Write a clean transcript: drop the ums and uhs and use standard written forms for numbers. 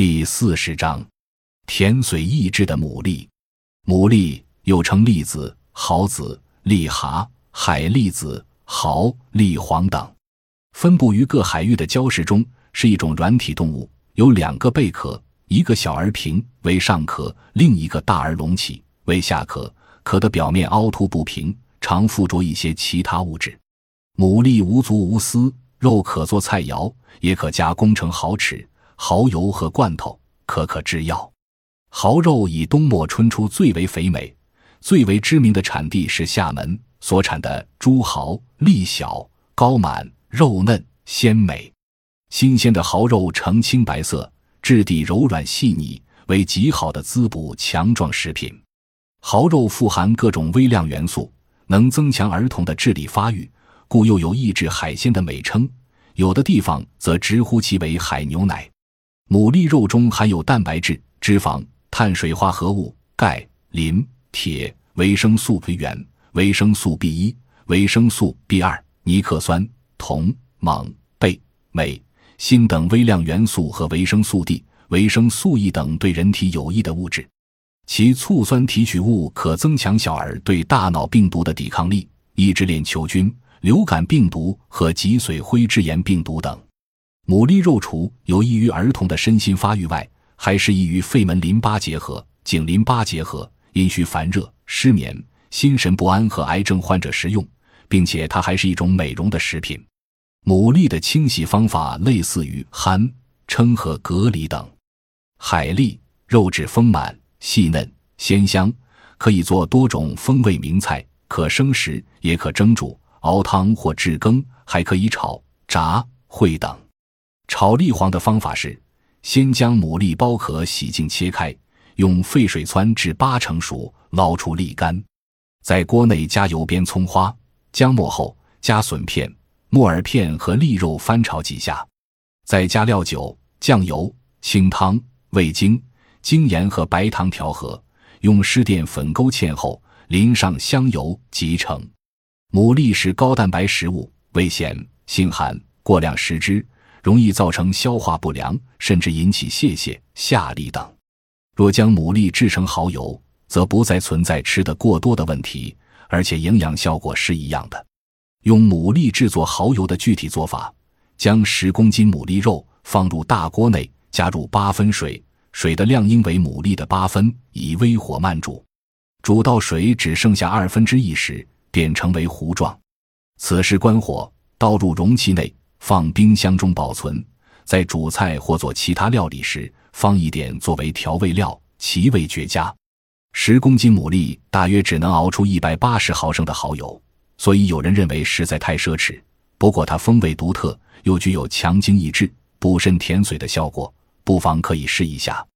第40章，甜髓益智的牡蛎。牡蛎又称栗子、毫子、栗蛤、海栗子、蚝、栗黄等，分布于各海域的礁石中，是一种软体动物，有2个贝壳，一个小而平为上壳，另一个大而隆起为下壳，壳的表面凹凸不平，常附着一些其他物质。牡蛎无足无丝，肉可做菜肴，也可加工成蚝豉、蚝油和罐头，可制药。蚝肉以冬末春初最为肥美，最为知名的产地是厦门，所产的猪蚝粒小、高满、肉嫩鲜美。新鲜的蚝肉呈青白色，质地柔软细腻，为极好的滋补强壮食品。蚝肉富含各种微量元素，能增强儿童的智力发育，故又有抑制海鲜的美称，有的地方则直呼其为海牛奶。牡蛎肉中含有蛋白质、脂肪、碳水化合物、钙、磷、铁、维生素 B1、维生素 B1、维生素 B2、尼克酸、铜、锰、钡、镁、锌等微量元素和维生素 D、维生素 E 等对人体有益的物质。其醋酸提取物可增强小儿对大脑病毒的抵抗力，抑制链球菌、流感病毒和脊髓灰质炎病毒等。牡蛎肉除有益于儿童的身心发育外，还适宜于肺门淋巴结核、颈淋巴结核、阴虚烦热、失眠、心神不安和癌症患者食用，并且它还是一种美容的食品。牡蛎的清洗方法类似于酣、称和蛤蜊等。海蛎肉质丰满、细嫩、鲜香，可以做多种风味名菜，可生食，也可蒸煮、熬汤或制羹，还可以炒、炸、烩等。炒栗黄的方法是，先将牡蛎剥壳洗净切开，用沸水汆至8成熟，捞出沥干，在锅内加油煸葱花、姜末后，加笋片、木耳片和栗肉翻炒几下，再加料酒、酱油、清汤、味精、精盐和白糖调和，用湿淀粉勾芡后，淋上香油即成。牡蛎是高蛋白食物，味咸、性寒，过量食之容易造成消化不良，甚至引起泄泻、下痢等。若将牡蛎制成蚝油，则不再存在吃得过多的问题，而且营养效果是一样的。用牡蛎制作蚝油的具体做法：将10公斤牡蛎肉放入大锅内，加入8分水，水的量应为牡蛎的8分，以微火慢煮。煮到水只剩下1/2时，便成为糊状。此时关火，倒入容器内，放冰箱中保存，在煮菜或做其他料理时，放一点作为调味料，其味绝佳。10公斤牡蛎大约只能熬出180毫升的蚝油，所以有人认为实在太奢侈。不过它风味独特，又具有强筋益智、补肾甜髓的效果，不妨可以试一下。